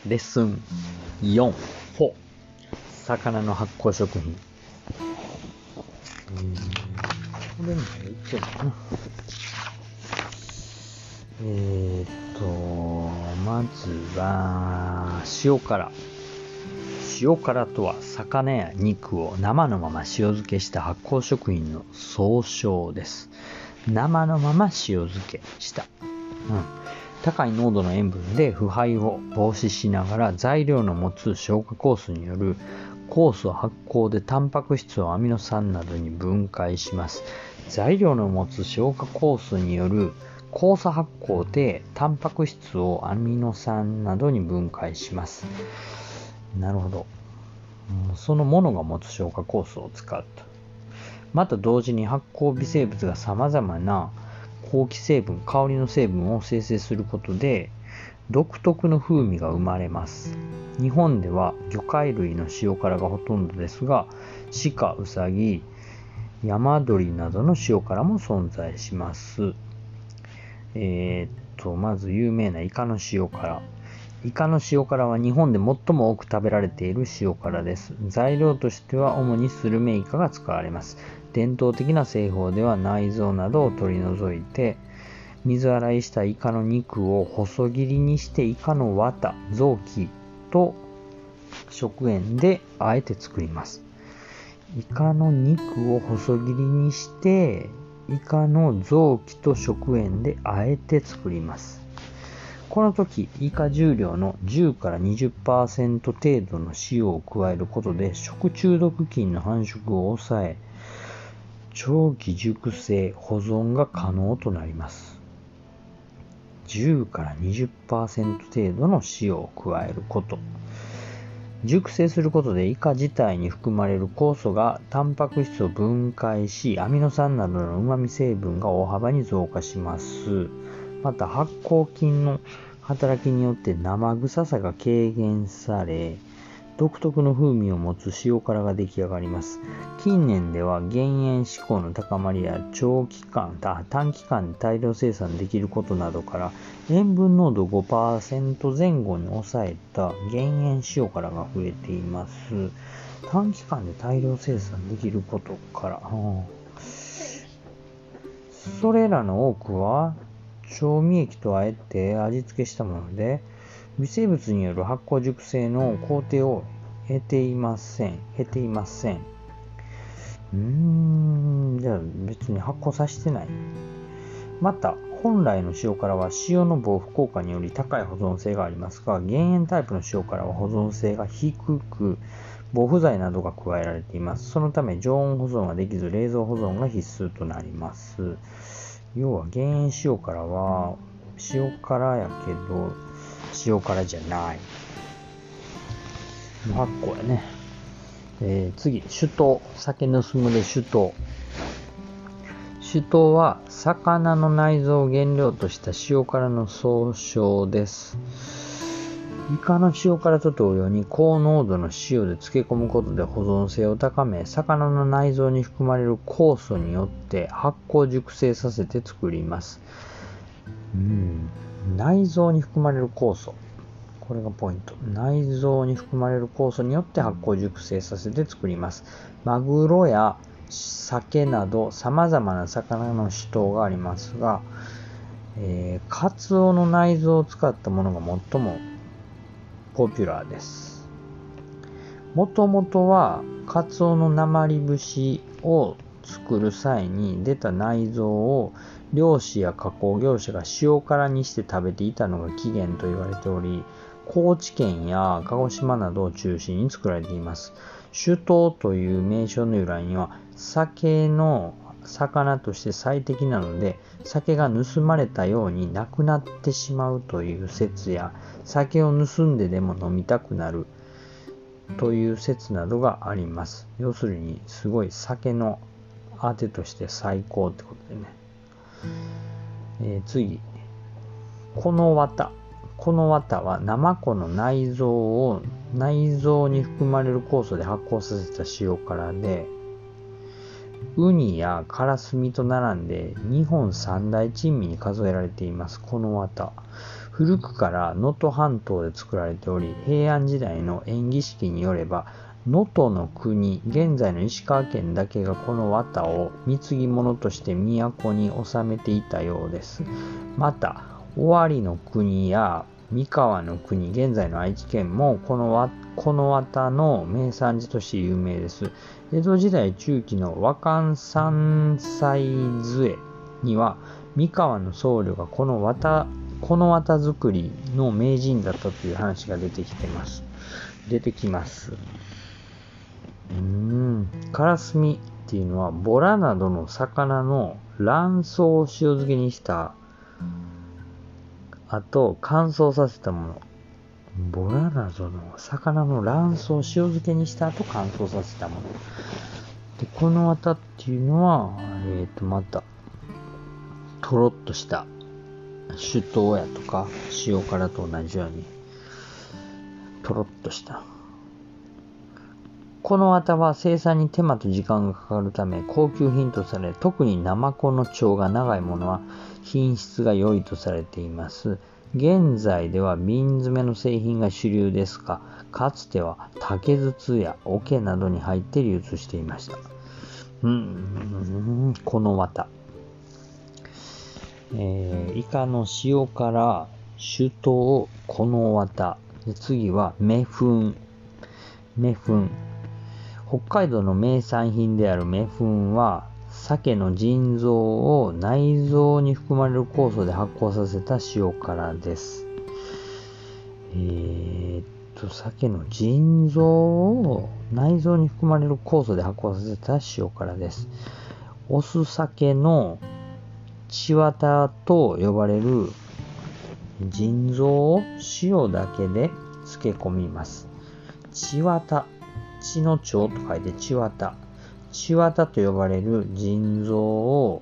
レッスン4、魚の発酵食品。これも言ってるかな。まずは塩辛。塩辛とは魚や肉を生のまま塩漬けした発酵食品の総称です。生のまま塩漬けした。高い濃度の塩分で腐敗を防止しながら材料の持つ消化酵素による酵素発酵でタンパク質をアミノ酸などに分解します。材料の持つ消化酵素による酵素発酵でタンパク質をアミノ酸などに分解します。なるほど。そのものが持つ消化酵素を使うと。また同時に発酵微生物が様々な香気成分、香りの成分を生成することで独特の風味が生まれます。日本では魚介類の塩辛がほとんどですが、鹿、うさぎ、山鳥などの塩辛も存在します。まず有名なイカの塩辛。イカの塩辛は日本で最も多く食べられている塩辛です。材料としては主にスルメイカが使われます。伝統的な製法では内臓などを取り除いて、水洗いしたイカの肉を細切りにしてイカの綿、臓器と食塩であえて作ります。イカの肉を細切りにしてイカの臓器と食塩であえて作ります。この時、イカ重量の10から 20% 程度の塩を加えることで食中毒菌の繁殖を抑え、長期熟成・保存が可能となります。10から 20% 程度の塩を加えること。熟成することでイカ自体に含まれる酵素がタンパク質を分解し、アミノ酸などの旨味成分が大幅に増加します。また発酵菌の働きによって生臭さが軽減され、独特の風味を持つ塩辛が出来上がります。近年では減塩志向の高まりや短期間で大量生産できることなどから塩分濃度 5% 前後に抑えた減塩塩辛が増えています。短期間で大量生産できることから、それらの多くは調味液とあえて味付けしたもので、微生物による発酵熟成の工程を経ていません。じゃあ別に発酵させてない。また、本来の塩辛は塩の防腐効果により高い保存性がありますが、減塩タイプの塩辛は保存性が低く、防腐剤などが加えられています。そのため常温保存はできず、冷蔵保存が必須となります。要は減塩塩辛は塩辛やけど塩辛じゃない。無発酵やね。次、酒盗。酒盗むで酒盗。酒盗は魚の内臓を原料とした塩辛の総称です。イカの塩辛と同様に高濃度の塩で漬け込むことで保存性を高め、魚の内臓に含まれる酵素によって発酵熟成させて作ります。内臓に含まれる酵素。これがポイント。内臓に含まれる酵素によって発酵熟成させて作ります。マグロや鮭など様々な魚の酒盗がありますが、カツオの内臓を使ったものが最もポピュラーです。もともとはカツオの鉛節を作る際に出た内臓を漁師や加工業者が塩辛にして食べていたのが起源と言われており、高知県や鹿児島などを中心に作られています。酒盗という名称の由来には、酒の魚として最適なので、酒が盗まれたようになくなってしまうという説や、酒を盗んででも飲みたくなるという説などがあります。要するに、すごい酒のあてとして最高ってことでね。次、この綿。この綿はナマコの内臓に含まれる酵素で発酵させた塩辛で、ウニやカラスミと並んで日本三大珍味に数えられています。この綿。 古くから能登半島で作られており、平安時代の縁起式によれば、能登の国、現在の石川県だけがこの綿を貢ぎ物として都に納めていたようです。また、尾張の国や三河の国、現在の愛知県もこの綿の名産地として有名です。江戸時代中期の和漢三歳図には、三河の僧侶がこの綿作りの名人だったという話が出てきます。カラスミっていうのはボラなどの魚の卵巣を塩漬けにした後乾燥させたもの。ボラなどの魚の卵巣を塩漬けにした後乾燥させたもの。で、この綿っていうのはまたとろっとした酒盗やとか塩辛と同じようにとろっとしたこの綿は生産に手間と時間がかかるため高級品とされ、特にナマコの腸が長いものは品質が良いとされています。現在では瓶詰めの製品が主流ですが、かつては竹筒や桶などに入って流通していました。この綿。イカの塩辛、酒盗、この綿。で、次はメフン。北海道の名産品であるメフンは、鮭の腎臓を内臓に含まれる酵素で発酵させた塩辛です。鮭の腎臓を内臓に含まれる酵素で発酵させた塩辛です。オス鮭の血綿と呼ばれる腎臓を塩だけで漬け込みます。血綿、血の腸と書いて血綿。血綿と呼ばれる腎臓を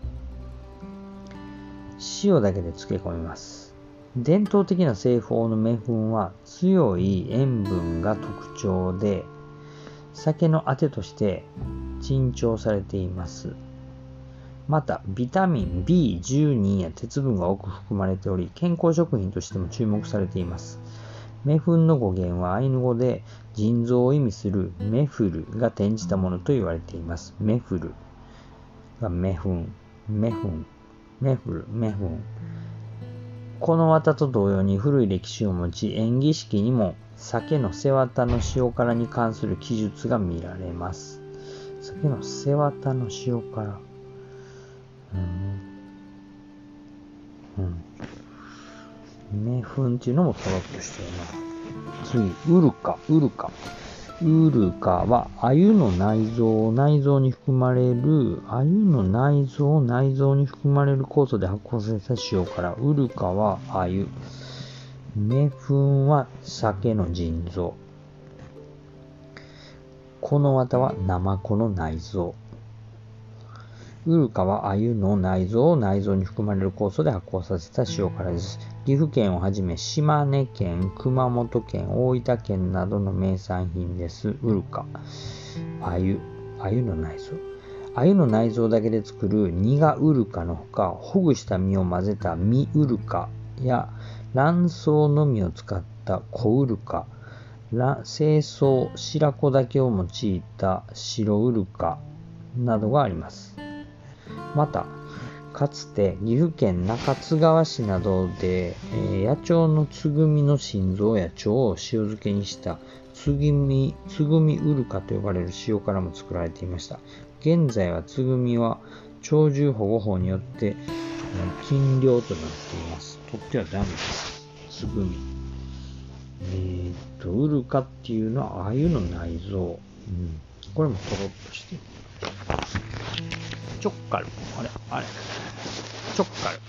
塩だけで漬け込みます。伝統的な製法のメフンは強い塩分が特徴で、酒のあてとして珍重されています。また、ビタミン B12 や鉄分が多く含まれており、健康食品としても注目されています。メフンの語源はアイヌ語で腎臓を意味するメフルが転じたものと言われています。メフルがメフン。この綿と同様に古い歴史を持ち、縁起式にも鮭の背わたの塩辛に関する記述が見られます。鮭の背わたの塩辛。メフンっていうのもとろっとしてるな。次、ウルカは、鮎の内臓に含まれる酵素で発酵させた塩辛。ウルカは鮎。メフンは鮭の腎臓。この綿はナマコの内臓。ウルカは鮎の内臓を内臓に含まれる酵素で発酵させた塩辛です。岐阜県をはじめ島根県、熊本県、大分県などの名産品です。ウルカ、鮎の内臓。鮎の内臓だけで作るニガウルカのほか、ほぐした身を混ぜたミウルカや卵巣のみを使ったコウルカ、精巣、白子だけを用いた白ウルカなどがあります。また、かつて岐阜県中津川市などで、野鳥のつぐみの心臓や腸を塩漬けにしたつぐみウルカと呼ばれる塩辛も作られていました。現在はつぐみは鳥獣保護法によって禁漁となっています。取ってはダメです。つぐみ。ウルカっていうのは鮎の内臓。これもとろっとしてる。チョッカル。チ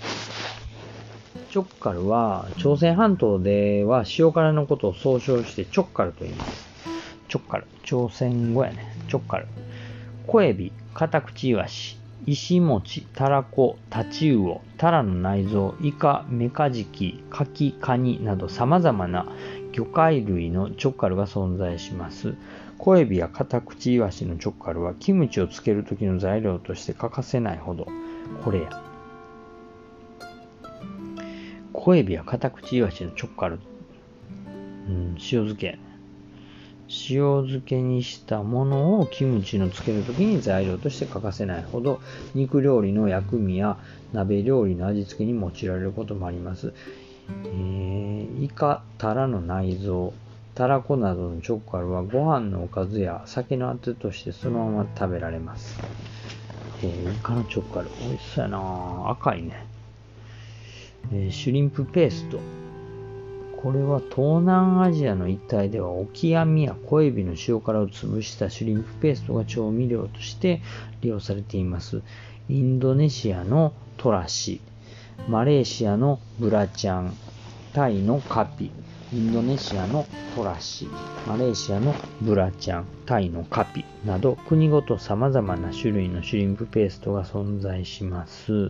ョッカルは、朝鮮半島では塩辛のことを総称してチョッカルと言います。チョッカル。朝鮮語やね。チョッカル。小エビ、カタクチイワシ、石餅、タラコ、タチウオ、タラの内臓、イカ、メカジキ、カキ、カニなど様々な魚介類のチョッカルが存在します。小エビやカタクチイワシのチョッカルはキムチをつける時の材料として欠かせないほどこれや。 小エビやカタクチイワシのチョッカル、塩漬け。塩漬けにしたものをキムチの漬けるときに材料として欠かせないほど、肉料理の薬味や鍋料理の味付けに用いられることもあります。イカ、タラの内臓、タラコなどのチョッカルはご飯のおかずや酒のあてとしてそのまま食べられます。イカのチョッカル、美味しそうやな。赤いね。シュリンプペースト。これは東南アジアの一帯ではオキアミや小エビの塩辛を潰したシュリンプペーストが調味料として利用されています。インドネシアのトラシ、マレーシアのブラチャン、タイのカピ、インドネシアのトラシ、マレーシアのブラチャン、タイのカピなど国ごと様々な種類のシュリンプペーストが存在します。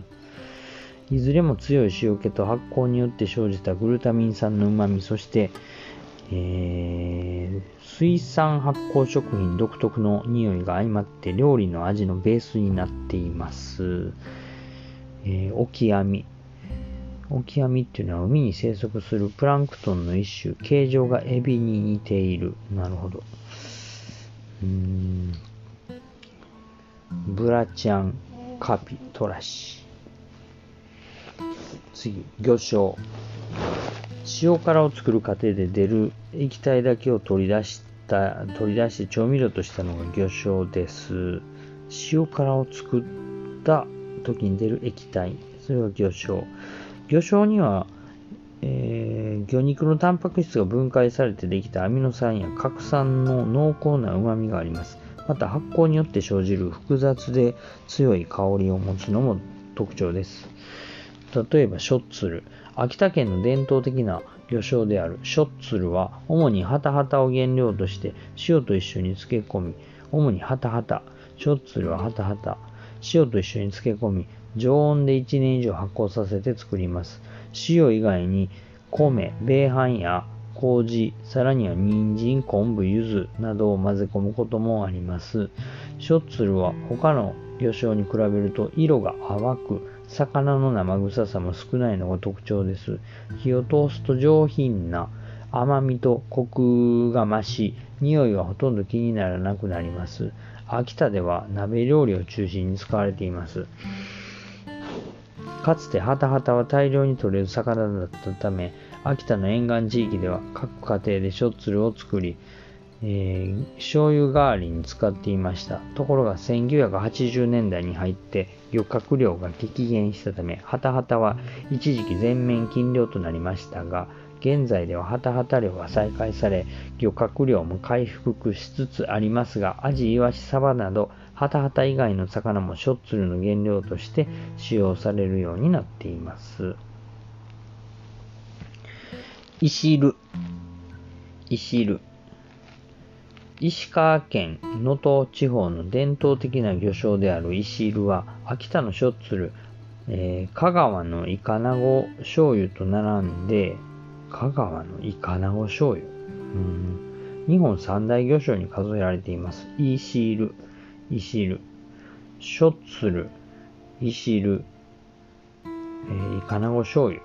いずれも強い塩気と発酵によって生じたグルタミン酸の旨味、そして、水産発酵食品独特の匂いが相まって料理の味のベースになっています。オキアミ。オキアミっていうのは海に生息するプランクトンの一種、形状がエビに似ている。なるほど。ブラチャン、カピ、トラシ。次、魚醤。塩辛を作る過程で出る液体だけを取り出して調味料としたのが魚醤です。塩辛を作った時に出る液体、それが魚醤。魚醤には、魚肉のタンパク質が分解されてできたアミノ酸や核酸の濃厚な旨味があります。また発酵によって生じる複雑で強い香りを持つのも特徴です。例えばショッツル。秋田県の伝統的な魚醤であるショッツルは主にハタハタを原料として塩と一緒に漬け込み、主にハタハタ、ショッツルはハタハタ、塩と一緒に漬け込み、常温で1年以上発酵させて作ります。塩以外に米、米飯や麹、さらには人参、昆布、柚子などを混ぜ込むこともあります。ショッツルは他の魚醤に比べると色が淡く、魚の生臭さも少ないのが特徴です。火を通すと上品な甘みとコクが増し、匂いはほとんど気にならなくなります。秋田では鍋料理を中心に使われています。かつてハタハタは大量に取れる魚だったため、秋田の沿岸地域では各家庭でショッツルを作り、醤油代わりに使っていました。ところが1980年代に入って漁獲量が激減したため、ハタハタは一時期全面禁漁となりましたが、現在ではハタハタ漁が再開され、漁獲量も回復しつつありますが、アジ、イワシ、サバなどハタハタ以外の魚もショッツルの原料として使用されるようになっています。いしる。石川県能登地方の伝統的な魚醤であるいしるは、秋田のショッツル、香川のイカナゴ醤油と並んで、香川のイカナゴ醤油、日本三大魚醤に数えられています。いしる、ショッツル、いしる、イカナゴ醤油。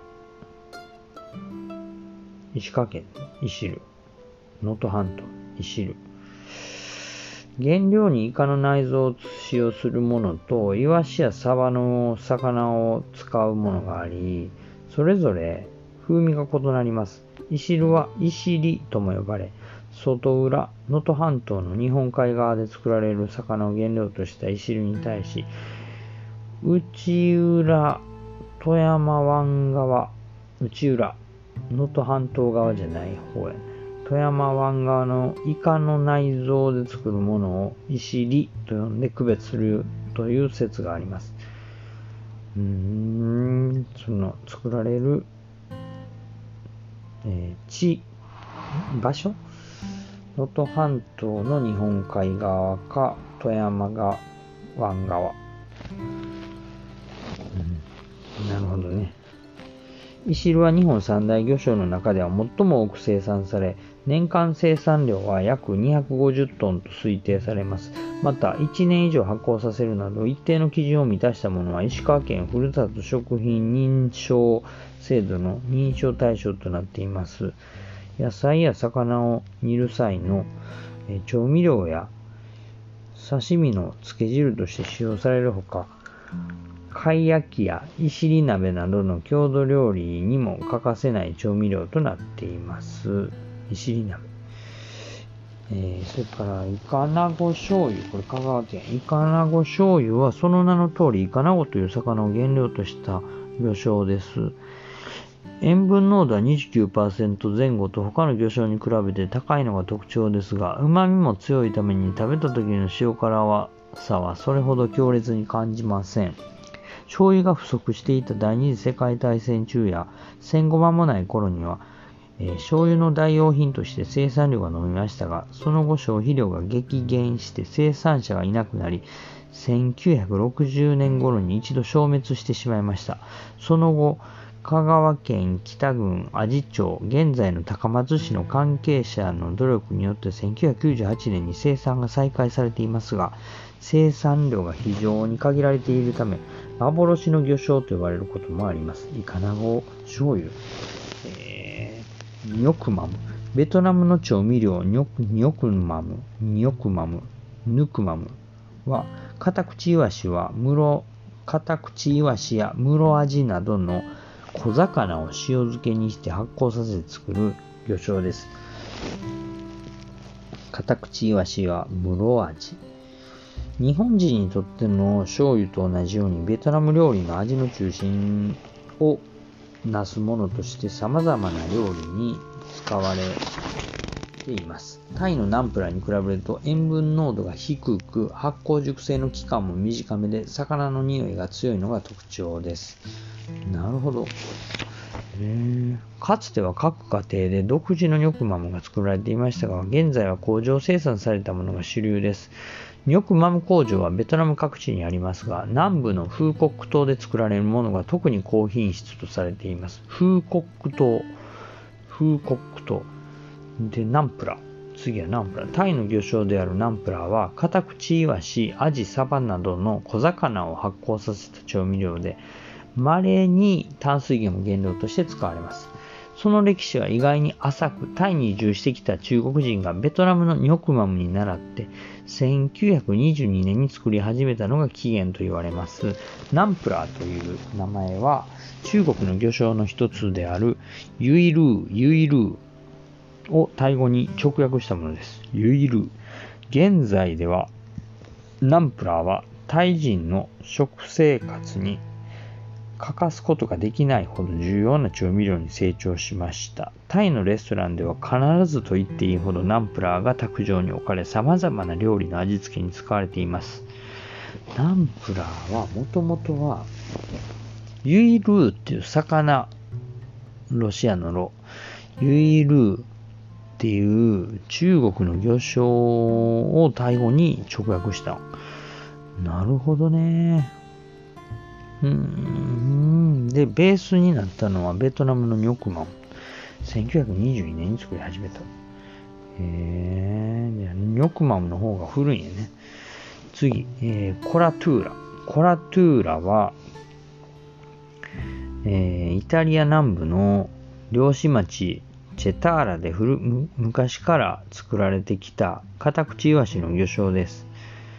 石川県いしる、能登半島いしる。原料にイカの内臓を使用するものとイワシやサバの魚を使うものがあり、それぞれ風味が異なります。いしるはいしりとも呼ばれ、外浦、能登半島の日本海側で作られる魚を原料としたいしるに対し、内浦、富山湾側、内浦、能登半島側じゃない方やね。富山湾側のイカの内臓で作るものをいしりと呼んで区別するという説があります。その作られる、場所、能登半島の日本海側か富山湾側、なるほどね。いしるは日本三大魚醤の中では最も多く生産され、年間生産量は約250トンと推定されます。 また、1年以上発酵させるなど、一定の基準を満たしたものは、石川県ふるさと食品認証制度の認証対象となっています。野菜や魚を煮る際の調味料や刺身の漬け汁として使用されるほか、貝焼きやいしり鍋などの郷土料理にも欠かせない調味料となっています。いしり鍋。それから、イカナゴ醤油。これ香川県。イカナゴ醤油はその名の通り、イカナゴという魚を原料とした魚醤です。塩分濃度は 29% 前後と他の魚醤に比べて高いのが特徴ですが、旨味も強いために食べた時の塩辛さはそれほど強烈に感じません。醤油が不足していた第二次世界大戦中や戦後間もない頃には、醤油の代用品として生産量が伸びましたが、その後消費量が激減して生産者がいなくなり、1960年頃に一度消滅してしまいました。その後、香川県北郡阿知町、現在の高松市の関係者の努力によって1998年に生産が再開されていますが、生産量が非常に限られているため、幻の魚醤と呼ばれることもあります。イカナゴ醤油、ニョクマム。ベトナムの調味料ニョクマム、ヌクマムは、カタクチイワシやムロアジなどの小魚を塩漬けにして発酵させて作る魚醤です。カタクチイワシやムロアジ。日本人にとっての醤油と同じようにベトナム料理の味の中心をなすものとして様々な料理に使われています。タイのナンプラーに比べると塩分濃度が低く、発酵熟成の期間も短めで、魚の匂いが強いのが特徴です。なるほど。かつては各家庭で独自のニョクマムが作られていましたが、現在は工場生産されたものが主流です。ニョクマム工場はベトナム各地にありますが、南部のフーコック島で作られるものが特に高品質とされています。フーコック島。で、ナンプラ。次はナンプラ。タイの魚醤であるナンプラは、カタクチイワシ、アジ、サバなどの小魚を発酵させた調味料で、稀に淡水魚も原料として使われます。その歴史は意外に浅く、タイに移住してきた中国人がベトナムのニョクマムに倣って、1922年に作り始めたのが起源と言われます。ナンプラーという名前は、中国の魚醤の一つであるユイルーをタイ語に直訳したものです。ユイルー。現在では、ナンプラーはタイ人の食生活に欠かすことができないほど重要な調味料に成長しました。タイのレストランでは必ずと言っていいほどナンプラーが卓上に置かれ、様々な料理の味付けに使われています。ナンプラーはもともとはユイルーっていう魚、ロシアのロ、ユイルーっていう中国の魚醤をタイ語に直訳した。なるほどね。で、ベースになったのはベトナムのニョクマム。1922年に作り始めた。ニョクマムの方が古いんやね。次、コラトゥーラ。コラトゥーラは、イタリア南部の漁師町チェターラで昔から作られてきたカタクチイワシの魚醤です。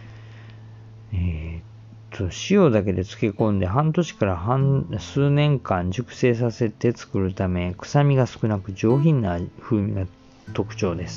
塩だけで漬け込んで半年から数年間熟成させて作るため、臭みが少なく上品な風味が特徴です。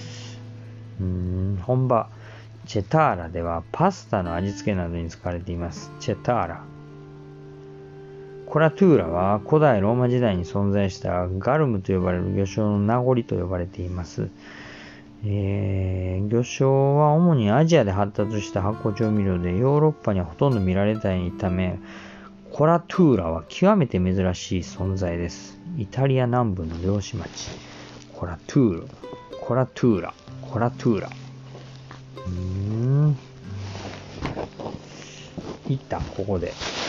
本場チェターラではパスタの味付けなどに使われています。チェターラ。コラトゥーラは古代ローマ時代に存在したガルムと呼ばれる魚醤の名残と呼ばれています。魚醤は主にアジアで発達した発酵調味料でヨーロッパにはほとんど見られないため、コラトゥーラは極めて珍しい存在です。イタリア南部の漁師町。コラトゥーラ。いった、ここで。